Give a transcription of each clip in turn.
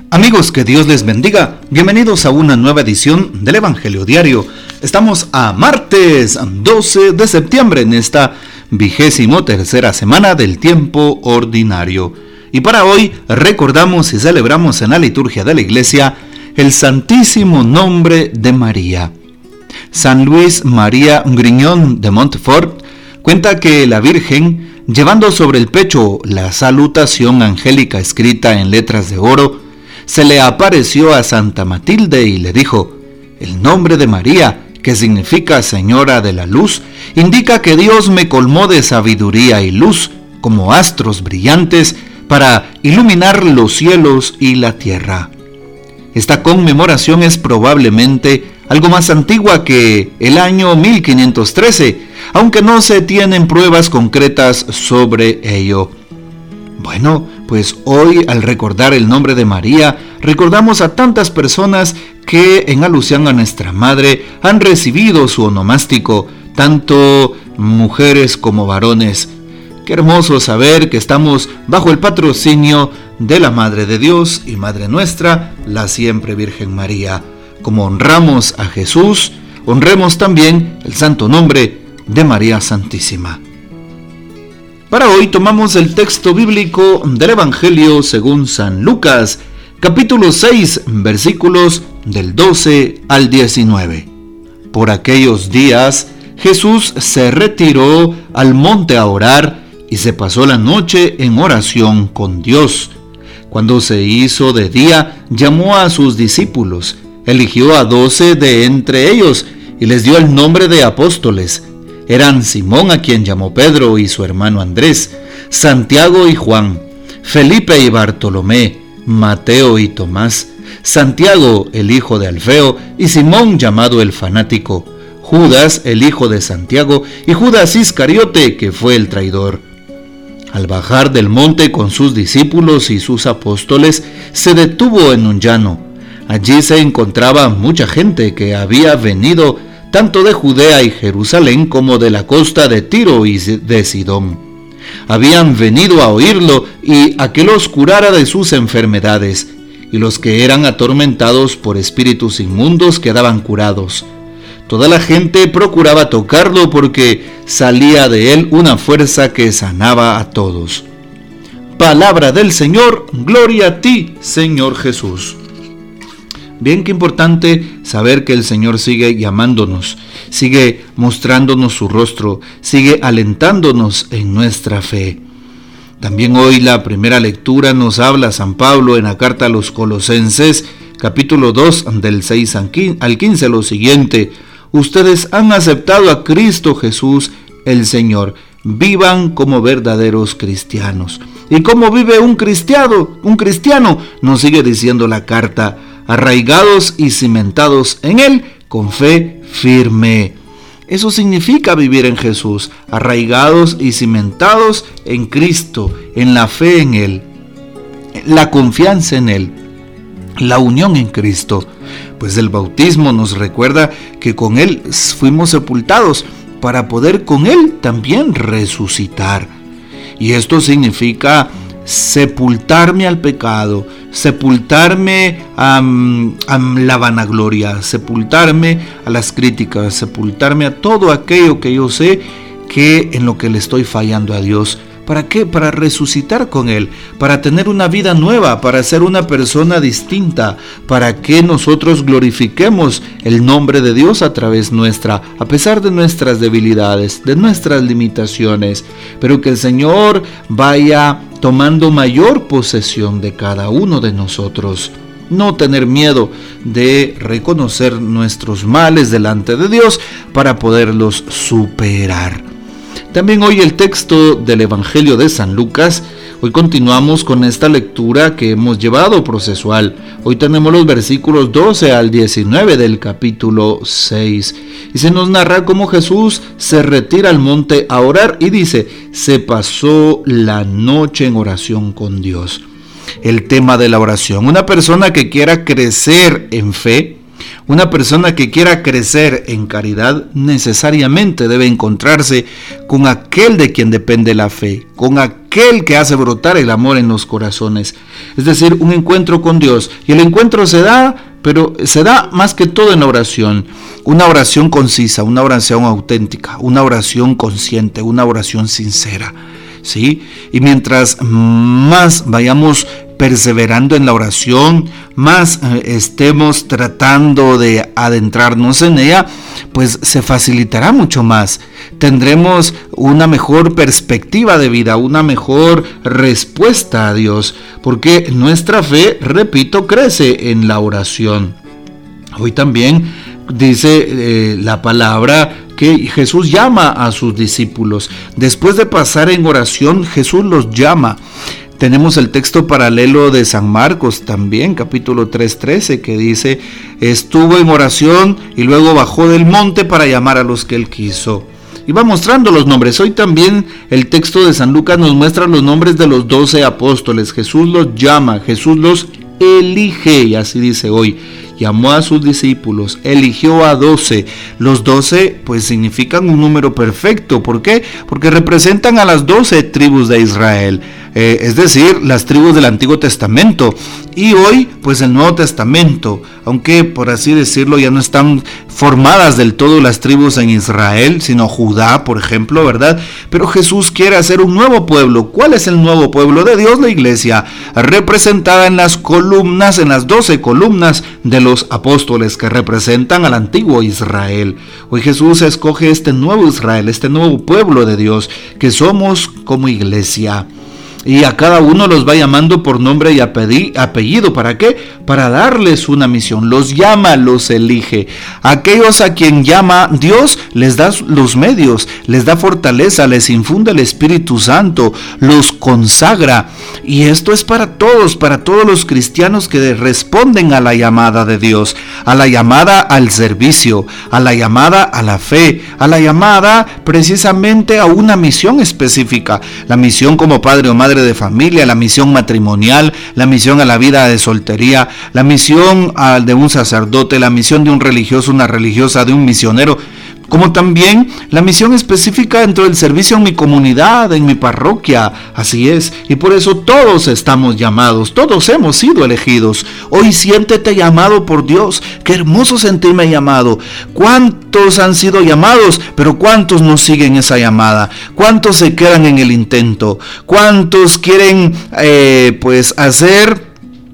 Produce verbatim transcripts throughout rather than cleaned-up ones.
Amigos, que Dios les bendiga. Bienvenidos a una nueva edición del Evangelio Diario. Estamos a martes doce de septiembre en esta vigésimo tercera semana del tiempo ordinario. Y para hoy recordamos y celebramos en la liturgia de la Iglesia el Santísimo Nombre de María. San Luis María Grignon de Montfort cuenta que la Virgen, llevando sobre el pecho la salutación angélica escrita en letras de oro, se le apareció a Santa Matilde y le dijo: el nombre de María, que significa Señora de la Luz, indica que Dios me colmó de sabiduría y luz, como astros brillantes, para iluminar los cielos y la tierra. Esta conmemoración es probablemente algo más antigua que el año mil quinientos trece, aunque no se tienen pruebas concretas sobre ello. Bueno, pues hoy, al recordar el nombre de María, recordamos a tantas personas que, en alusión a nuestra Madre, han recibido su onomástico, tanto mujeres como varones. Qué hermoso saber que estamos bajo el patrocinio de la Madre de Dios y Madre nuestra, la siempre Virgen María. Como honramos a Jesús, honremos también el santo nombre de María Santísima. Para hoy tomamos el texto bíblico del Evangelio según San Lucas, capítulo seis, versículos del doce al diecinueve. Por aquellos días, Jesús se retiró al monte a orar y se pasó la noche en oración con Dios. Cuando se hizo de día, llamó a sus discípulos, eligió a doce de entre ellos y les dio el nombre de apóstoles. Eran Simón, a quien llamó Pedro, y su hermano Andrés, Santiago y Juan, Felipe y Bartolomé, Mateo y Tomás, Santiago el hijo de Alfeo y Simón llamado el fanático, Judas el hijo de Santiago y Judas Iscariote, que fue el traidor. Al bajar del monte con sus discípulos y sus apóstoles, se detuvo en un llano. Allí se encontraba mucha gente que había venido tanto de Judea y Jerusalén como de la costa de Tiro y de Sidón. Habían venido a oírlo y a que los curara de sus enfermedades, y los que eran atormentados por espíritus inmundos quedaban curados. Toda la gente procuraba tocarlo porque salía de él una fuerza que sanaba a todos. Palabra del Señor, gloria a ti, Señor Jesús. Bien, qué importante saber que el Señor sigue llamándonos, sigue mostrándonos su rostro, sigue alentándonos en nuestra fe. También hoy la primera lectura nos habla San Pablo en la carta a los Colosenses, capítulo dos, del seis al quince, lo siguiente: ustedes han aceptado a Cristo Jesús el Señor, vivan como verdaderos cristianos. ¿Y cómo vive un cristiano? Un cristiano, nos sigue diciendo la carta: arraigados y cimentados en Él, con fe firme. Eso significa vivir en Jesús, arraigados y cimentados en Cristo, en la fe en Él, la confianza en Él, la unión en Cristo. Pues el bautismo nos recuerda que con Él fuimos sepultados para poder con Él también resucitar. Y esto significa sepultarme al pecado, sepultarme a, a la vanagloria, sepultarme a las críticas, sepultarme a todo aquello que yo sé que en lo que le estoy fallando a Dios. ¿Para qué? Para resucitar con Él, para tener una vida nueva, para ser una persona distinta, para que nosotros glorifiquemos el nombre de Dios a través nuestra, a pesar de nuestras debilidades, de nuestras limitaciones, pero que el Señor vaya tomando mayor posesión de cada uno de nosotros. No tener miedo de reconocer nuestros males delante de Dios para poderlos superar. También hoy el texto del Evangelio de San Lucas. Hoy continuamos con esta lectura que hemos llevado procesual. Hoy tenemos los versículos doce al diecinueve del capítulo seis. Y se nos narra cómo Jesús se retira al monte a orar y dice: se pasó la noche en oración con Dios. El tema de la oración. Una persona que quiera crecer en fe, una persona que quiera crecer en caridad, necesariamente debe encontrarse con aquel de quien depende la fe, con aquel aquel que hace brotar el amor en los corazones. Es decir, un encuentro con Dios. Y el encuentro se da, pero se da más que todo en la oración. Una oración concisa, una oración auténtica, una oración consciente, una oración sincera. ¿Sí? Y mientras más vayamos perseverando en la oración, más eh, estemos tratando de adentrarnos en ella, pues se facilitará mucho más. Tendremos una mejor perspectiva de vida, una mejor respuesta a Dios, porque nuestra fe, repito, crece en la oración. Hoy también dice eh, la palabra que Jesús llama a sus discípulos. Después de pasar en oración, Jesús los llama. Tenemos el texto paralelo de San Marcos también, capítulo tres, trece, que dice, estuvo en oración y luego bajó del monte para llamar a los que él quiso. Y va mostrando los nombres. Hoy también el texto de San Lucas nos muestra los nombres de los doce apóstoles. Jesús los llama, Jesús los elige, y así dice hoy. Llamó a sus discípulos, eligió a doce. Los doce pues significan un número perfecto. ¿Por qué? Porque representan a las doce tribus de Israel. Eh, es decir, las tribus del Antiguo Testamento. Y hoy pues el Nuevo Testamento. Aunque por así decirlo ya no están formadas del todo las tribus en Israel, sino Judá, por ejemplo, ¿verdad? Pero Jesús quiere hacer un nuevo pueblo. ¿Cuál es el nuevo pueblo de Dios? La iglesia, representada en las columnas, en las doce columnas de los apóstoles que representan al antiguo Israel. Hoy Jesús escoge este nuevo Israel, este nuevo pueblo de Dios, que somos como iglesia. Y a cada uno los va llamando por nombre y apellido. ¿Para qué? Para darles una misión. Los llama, los elige. Aquellos a quien llama Dios les da los medios, les da fortaleza, les infunde el Espíritu Santo, los consagra. Y esto es para todos, para todos los cristianos que responden a la llamada de Dios, a la llamada al servicio, a la llamada a la fe, a la llamada precisamente a una misión específica. La misión como padre o madre de familia, la misión matrimonial, la misión a la vida de soltería, la misión de un sacerdote, la misión de un religioso, una religiosa, de un misionero, como también la misión específica dentro del servicio en mi comunidad, en mi parroquia. Así es, y por eso todos estamos llamados, todos hemos sido elegidos. Hoy siéntete llamado por Dios. Qué hermoso sentirme llamado. ¿Cuántos han sido llamados? Pero ¿cuántos no siguen esa llamada? ¿Cuántos se quedan en el intento? ¿Cuántos quieren eh, pues hacer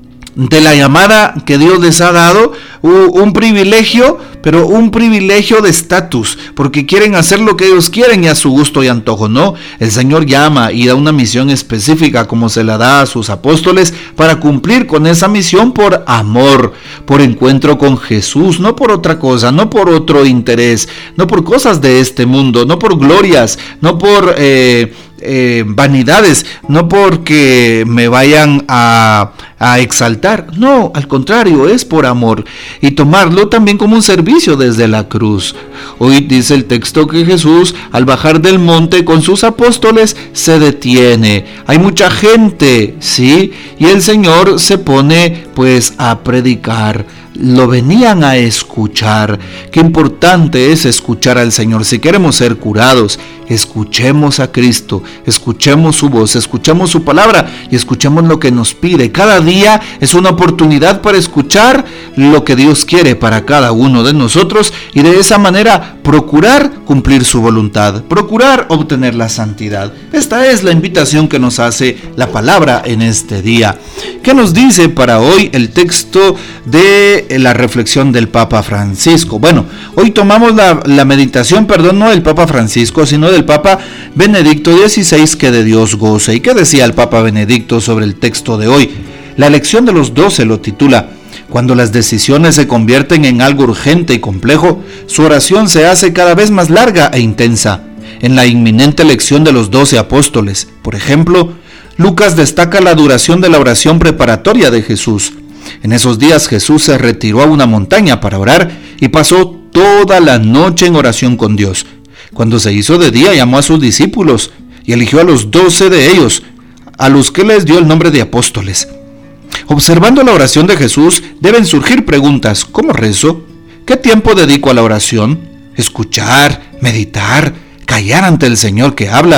de la llamada que Dios les ha dado un privilegio, pero un privilegio de estatus, porque quieren hacer lo que ellos quieren y a su gusto y antojo? No, el Señor llama y da una misión específica como se la da a sus apóstoles para cumplir con esa misión por amor, por encuentro con Jesús, no por otra cosa, no por otro interés, no por cosas de este mundo, no por glorias, no por eh, eh, vanidades, no porque me vayan a, a exaltar, no, al contrario, es por amor, y tomarlo también como un servicio desde la cruz. Hoy dice el texto que Jesús, al bajar del monte con sus apóstoles, se detiene. Hay mucha gente, ¿sí? Y el Señor se pone pues a predicar. Lo venían a escuchar. Qué importante es escuchar al Señor. Si queremos ser curados, escuchemos a Cristo, escuchemos su voz, escuchemos su palabra y escuchemos lo que nos pide. Cada día es una oportunidad para escuchar lo que Dios quiere para cada uno de nosotros y de esa manera procurar cumplir su voluntad, procurar obtener la santidad. Esta es la invitación que nos hace la palabra en este día. ¿Qué nos dice para hoy el texto de la reflexión del Papa Francisco? Bueno, hoy tomamos la, la meditación, perdón, no del Papa Francisco, sino del Papa Benedicto dieciséis, que de Dios goce. ¿Y qué decía el Papa Benedicto sobre el texto de hoy? La elección de los doce lo titula: cuando las decisiones se convierten en algo urgente y complejo, su oración se hace cada vez más larga e intensa. En la inminente elección de los doce apóstoles, por ejemplo, Lucas destaca la duración de la oración preparatoria de Jesús. En esos días Jesús se retiró a una montaña para orar y pasó toda la noche en oración con Dios. Cuando se hizo de día, llamó a sus discípulos y eligió a los doce de ellos, a los que les dio el nombre de apóstoles. Observando la oración de Jesús, deben surgir preguntas. ¿Cómo rezo? ¿Qué tiempo dedico a la oración? Escuchar, meditar, callar ante el Señor que habla.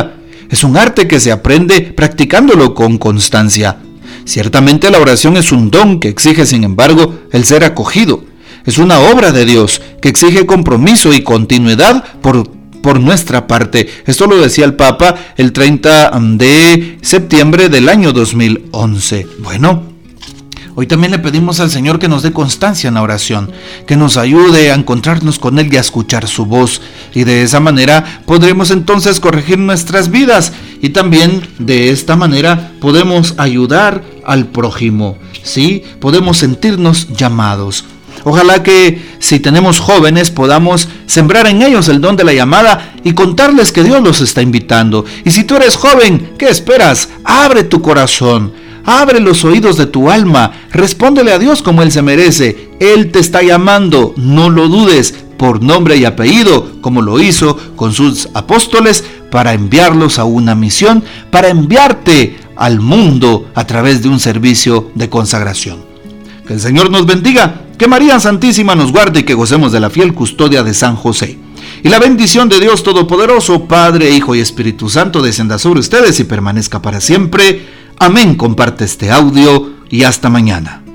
Es un arte que se aprende practicándolo con constancia. Ciertamente la oración es un don que exige, sin embargo, el ser acogido. Es una obra de Dios que exige compromiso y continuidad por, por nuestra parte. Esto lo decía el Papa el treinta de septiembre del año dos mil once. Bueno, hoy también le pedimos al Señor que nos dé constancia en la oración, que nos ayude a encontrarnos con Él y a escuchar su voz. Y de esa manera podremos entonces corregir nuestras vidas y también de esta manera podemos ayudar al prójimo, ¿sí? Podemos sentirnos llamados. Ojalá que si tenemos jóvenes podamos sembrar en ellos el don de la llamada y contarles que Dios los está invitando. Y si tú eres joven, ¿qué esperas? Abre tu corazón. Abre los oídos de tu alma, respóndele a Dios como Él se merece. Él te está llamando, no lo dudes, por nombre y apellido, como lo hizo con sus apóstoles, para enviarlos a una misión, para enviarte al mundo a través de un servicio de consagración. Que el Señor nos bendiga, que María Santísima nos guarde y que gocemos de la fiel custodia de San José. Y la bendición de Dios Todopoderoso, Padre, Hijo y Espíritu Santo, descienda sobre ustedes y permanezca para siempre. Amén. Comparte este audio y hasta mañana.